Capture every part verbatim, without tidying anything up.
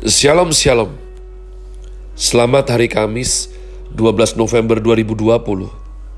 Shalom Shalom. Selamat hari Kamis dua belas November dua ribu dua puluh.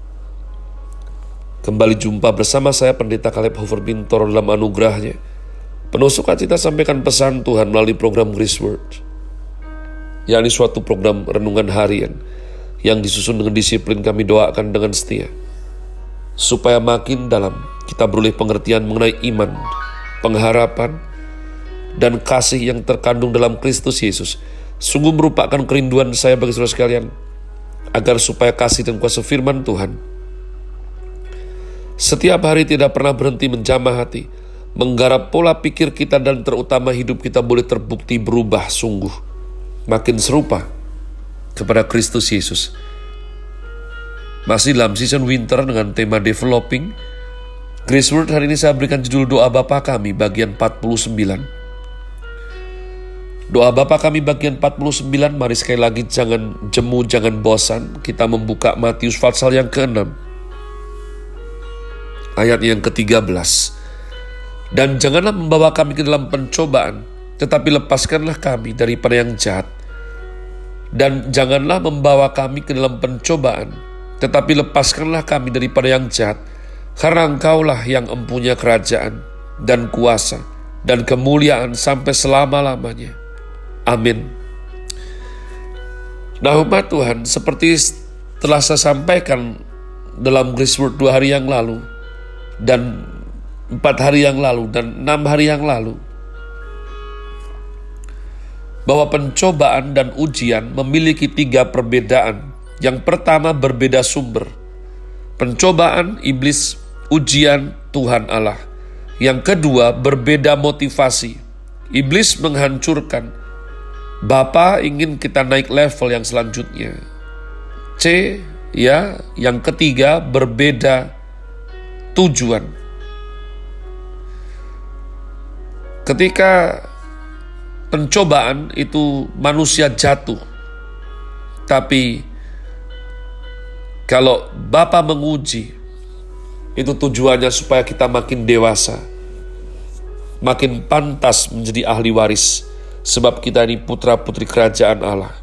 Kembali jumpa bersama saya Pendeta Caleb Hofer Bintor dalam anugerahnya. Penuh sukacita sampaikan pesan Tuhan melalui program Grace Word, yakni suatu program renungan harian yang disusun dengan disiplin. Kami doakan dengan setia supaya makin dalam kita beroleh pengertian mengenai iman, pengharapan, dan kasih yang terkandung dalam Kristus Yesus. Sungguh merupakan kerinduan saya bagi saudara sekalian, agar supaya kasih dan kuasa firman Tuhan setiap hari tidak pernah berhenti menjamah hati, menggarap pola pikir kita, dan terutama hidup kita boleh terbukti berubah sungguh makin serupa kepada Kristus Yesus. Masih dalam season winter dengan tema developing, Grace Word hari ini saya berikan judul Doa Bapa Kami bagian empat puluh sembilan. Doa Bapa Kami bagian empat puluh sembilan. Mari sekali lagi jangan jemu, jangan bosan. Kita membuka Matius pasal yang keenam, ayat yang ketiga belas. Dan janganlah membawa kami ke dalam pencobaan, tetapi lepaskanlah kami daripada yang jahat. Dan janganlah membawa kami ke dalam pencobaan, tetapi lepaskanlah kami daripada yang jahat. Karena Engkaulah yang mempunyai kerajaan dan kuasa dan kemuliaan sampai selama-lamanya. Amin. Nah umat Tuhan, seperti telah saya sampaikan dalam Grace Word dua hari yang lalu, dan empat hari yang lalu, dan enam hari yang lalu, bahwa pencobaan dan ujian memiliki tiga perbedaan. Yang pertama, berbeda sumber. Pencobaan iblis, ujian Tuhan Allah. Yang kedua, berbeda motivasi. Iblis menghancurkan, Bapa ingin kita naik level yang selanjutnya. C, ya, yang ketiga, berbeda tujuan. Ketika pencobaan itu manusia jatuh, tapi kalau Bapa menguji, itu tujuannya supaya kita makin dewasa, makin pantas menjadi ahli waris, sebab kita ini putra-putri kerajaan Allah.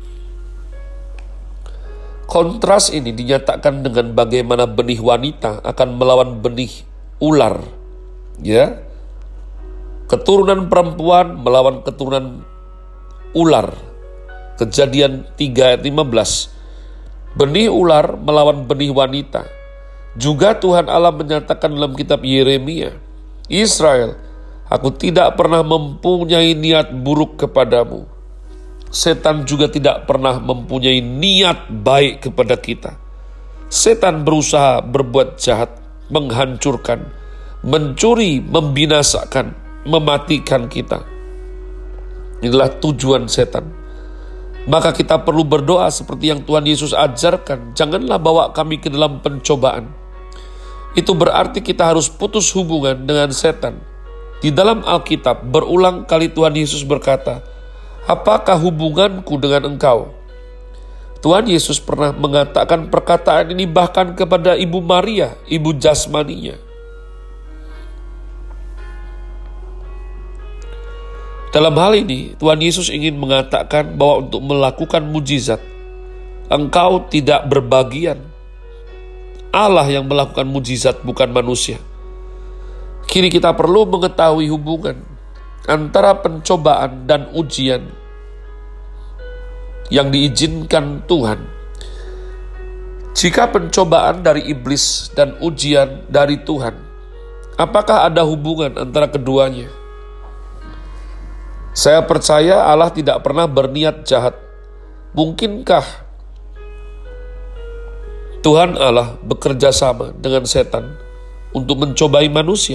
Kontras ini dinyatakan dengan bagaimana benih wanita akan melawan benih ular. Ya, keturunan perempuan melawan keturunan ular. Kejadian tiga ayat lima belas. Benih ular melawan benih wanita. Juga Tuhan Allah menyatakan dalam kitab Yeremia, Israel, Aku tidak pernah mempunyai niat buruk kepadamu. Setan juga tidak pernah mempunyai niat baik kepada kita. Setan berusaha berbuat jahat, menghancurkan, mencuri, membinasakan, mematikan kita. Inilah tujuan setan. Maka kita perlu berdoa seperti yang Tuhan Yesus ajarkan. Janganlah bawa kami ke dalam pencobaan. Itu berarti kita harus putus hubungan dengan setan. Di dalam Alkitab berulang kali Tuhan Yesus berkata, apakah hubunganku dengan engkau? Tuhan Yesus pernah mengatakan perkataan ini bahkan kepada Ibu Maria, ibu jasmaninya. Dalam hal ini, Tuhan Yesus ingin mengatakan bahwa untuk melakukan mujizat, engkau tidak berbagian. Allah yang melakukan mujizat, bukan manusia. Kini kita perlu mengetahui hubungan antara pencobaan dan ujian yang diizinkan Tuhan. Jika pencobaan dari iblis dan ujian dari Tuhan, apakah ada hubungan antara keduanya? Saya percaya Allah tidak pernah berniat jahat. Mungkinkah Tuhan Allah bekerja sama dengan setan untuk mencobai manusia?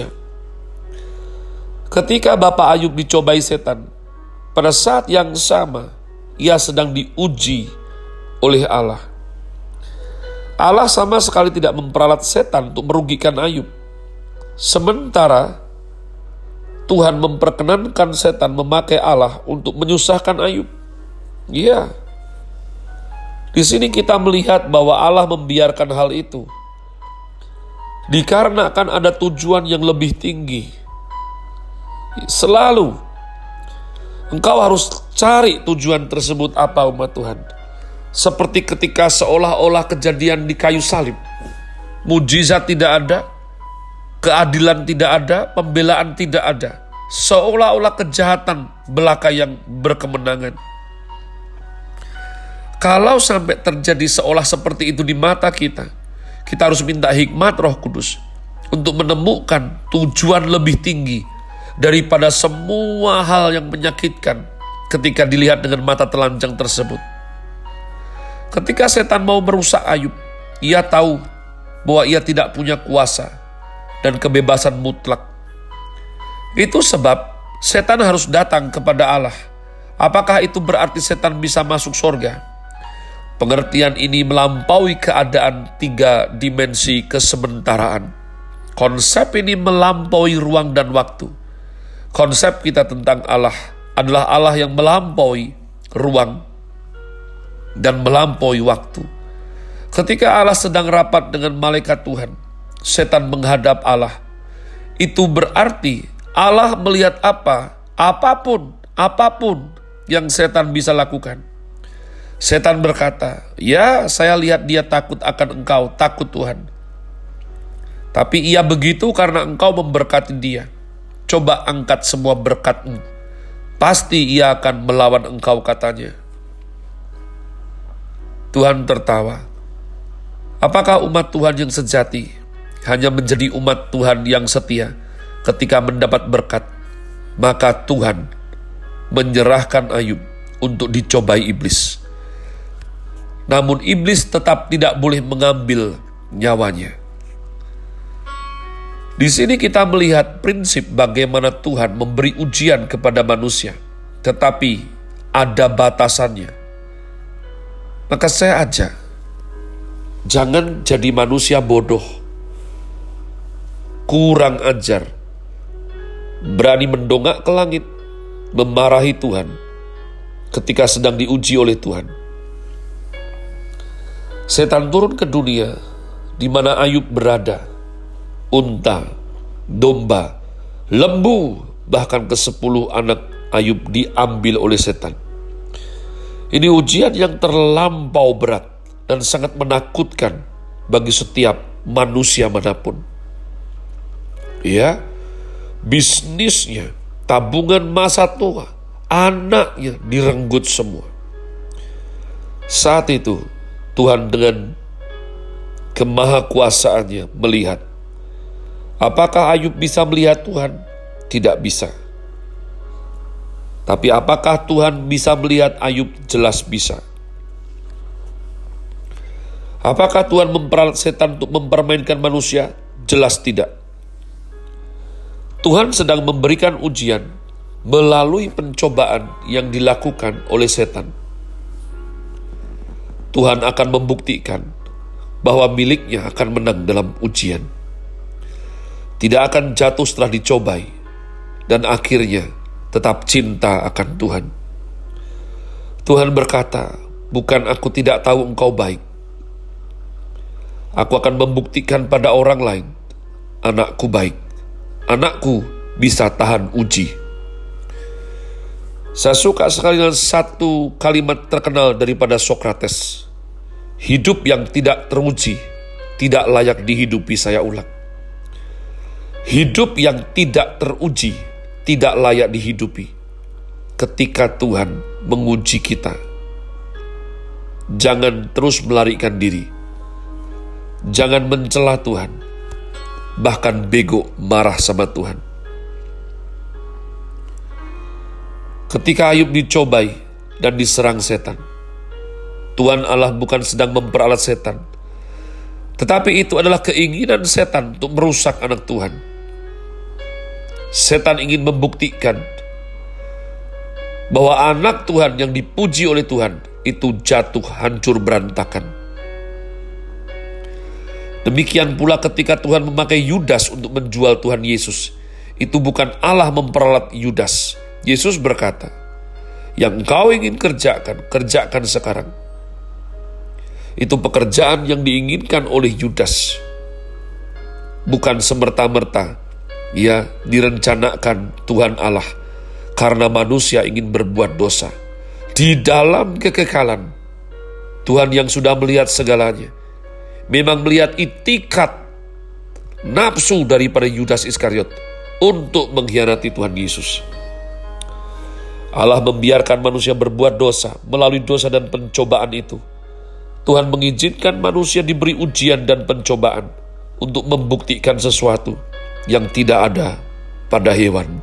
Ketika Bapak Ayub dicobai setan, pada saat yang sama ia sedang diuji oleh Allah. Allah sama sekali tidak memperalat setan untuk merugikan Ayub. Sementara Tuhan memperkenankan setan memakai Allah untuk menyusahkan Ayub. Iya. Di sini kita melihat bahwa Allah membiarkan hal itu dikarenakan ada tujuan yang lebih tinggi. Selalu Engkau harus cari tujuan tersebut apa, umat Tuhan. Seperti ketika seolah-olah kejadian di kayu salib. Mujizat tidak ada, keadilan tidak ada, pembelaan tidak ada. Seolah-olah kejahatan belaka yang berkemenangan. Kalau sampai terjadi seolah seperti itu di mata kita, kita harus minta hikmat Roh Kudus untuk menemukan tujuan lebih tinggi daripada semua hal yang menyakitkan ketika dilihat dengan mata telanjang tersebut. Ketika setan mau merusak Ayub, ia tahu bahwa ia tidak punya kuasa dan kebebasan mutlak. Itu sebab setan harus datang kepada Allah. Apakah itu berarti setan bisa masuk surga? Pengertian ini melampaui keadaan tiga dimensi kesementaraan. Konsep ini melampaui ruang dan waktu. Konsep kita tentang Allah adalah Allah yang melampaui ruang dan melampaui waktu. Ketika Allah sedang rapat dengan malaikat Tuhan, setan menghadap Allah. Itu berarti Allah melihat apa, apapun, apapun yang setan bisa lakukan. Setan berkata, ya saya lihat dia takut akan engkau, takut Tuhan. Tapi ia begitu karena engkau memberkati dia. Coba angkat semua berkatmu. Pasti ia akan melawan engkau, katanya. Tuhan tertawa. Apakah umat Tuhan yang sejati hanya menjadi umat Tuhan yang setia ketika mendapat berkat? Maka Tuhan menyerahkan Ayub untuk dicobai iblis. Namun iblis tetap tidak boleh mengambil nyawanya. Di sini kita melihat prinsip bagaimana Tuhan memberi ujian kepada manusia, tetapi ada batasannya. Maka saya ajak, jangan jadi manusia bodoh, kurang ajar, berani mendongak ke langit, memarahi Tuhan ketika sedang diuji oleh Tuhan. Setan turun ke dunia di mana Ayub berada. Unta, domba, lembu, bahkan kesepuluh anak Ayub diambil oleh setan. Ini ujian yang terlampau berat dan sangat menakutkan bagi setiap manusia manapun. Ya, bisnisnya, tabungan masa tua, anaknya direnggut semua. Saat itu Tuhan dengan kemahakuasaannya melihat. Apakah Ayub bisa melihat Tuhan? Tidak bisa. Tapi apakah Tuhan bisa melihat Ayub? Jelas bisa. Apakah Tuhan memperalat setan untuk mempermainkan manusia? Jelas tidak. Tuhan sedang memberikan ujian melalui pencobaan yang dilakukan oleh setan. Tuhan akan membuktikan bahwa miliknya akan menang dalam ujian. Tidak akan jatuh setelah dicobai, dan akhirnya tetap cinta akan Tuhan. Tuhan berkata, bukan aku tidak tahu engkau baik. Aku akan membuktikan pada orang lain, anakku baik. Anakku bisa tahan uji. Saya suka sekali dengan satu kalimat terkenal daripada Sokrates. Hidup yang tidak teruji, tidak layak dihidupi, saya ulang. Hidup yang tidak teruji, tidak layak dihidupi. Ketika Tuhan menguji kita, jangan terus melarikan diri. Jangan mencela Tuhan. Bahkan bego marah sama Tuhan. Ketika Ayub dicobai dan diserang setan, Tuhan Allah bukan sedang memperalat setan, tetapi itu adalah keinginan setan untuk merusak anak Tuhan. Setan ingin membuktikan bahwa anak Tuhan yang dipuji oleh Tuhan itu jatuh hancur berantakan. Demikian pula ketika Tuhan memakai Yudas untuk menjual Tuhan Yesus, itu bukan Allah memperalat Yudas. Yesus berkata, yang engkau ingin kerjakan, kerjakan sekarang. Itu pekerjaan yang diinginkan oleh Yudas. Bukan semerta-merta ia direncanakan Tuhan Allah karena manusia ingin berbuat dosa. Di dalam kekekalan, Tuhan yang sudah melihat segalanya, memang melihat itikat nafsu daripada Yudas Iskariot untuk mengkhianati Tuhan Yesus. Allah membiarkan manusia berbuat dosa. Melalui dosa dan pencobaan itu, Tuhan mengizinkan manusia diberi ujian dan pencobaan untuk membuktikan sesuatu yang tidak ada pada hewan.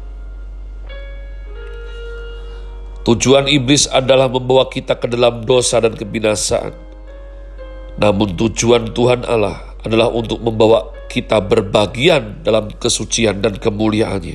Tujuan iblis adalah membawa kita ke dalam dosa dan kebinasaan. Namun tujuan Tuhan Allah adalah untuk membawa kita berbagian dalam kesucian dan kemuliaan-Nya.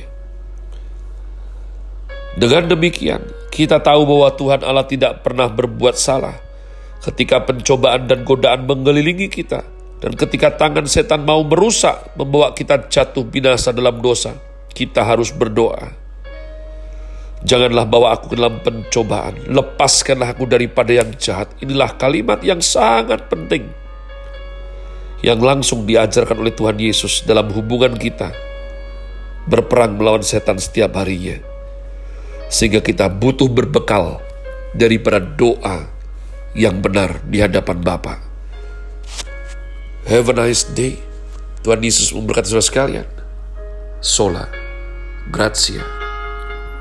Dengan demikian, kita tahu bahwa Tuhan Allah tidak pernah berbuat salah. Ketika pencobaan dan godaan mengelilingi kita, dan ketika tangan setan mau merusak, membawa kita jatuh binasa dalam dosa, kita harus berdoa. Janganlah bawa aku ke dalam pencobaan, lepaskanlah aku daripada yang jahat. Inilah kalimat yang sangat penting, yang langsung diajarkan oleh Tuhan Yesus dalam hubungan kita berperang melawan setan setiap harinya. Sehingga kita butuh berbekal daripada doa yang benar di hadapan Bapa. Have a nice day. Tuhan Yesus memberkati saudara sekalian. Sola Gratia.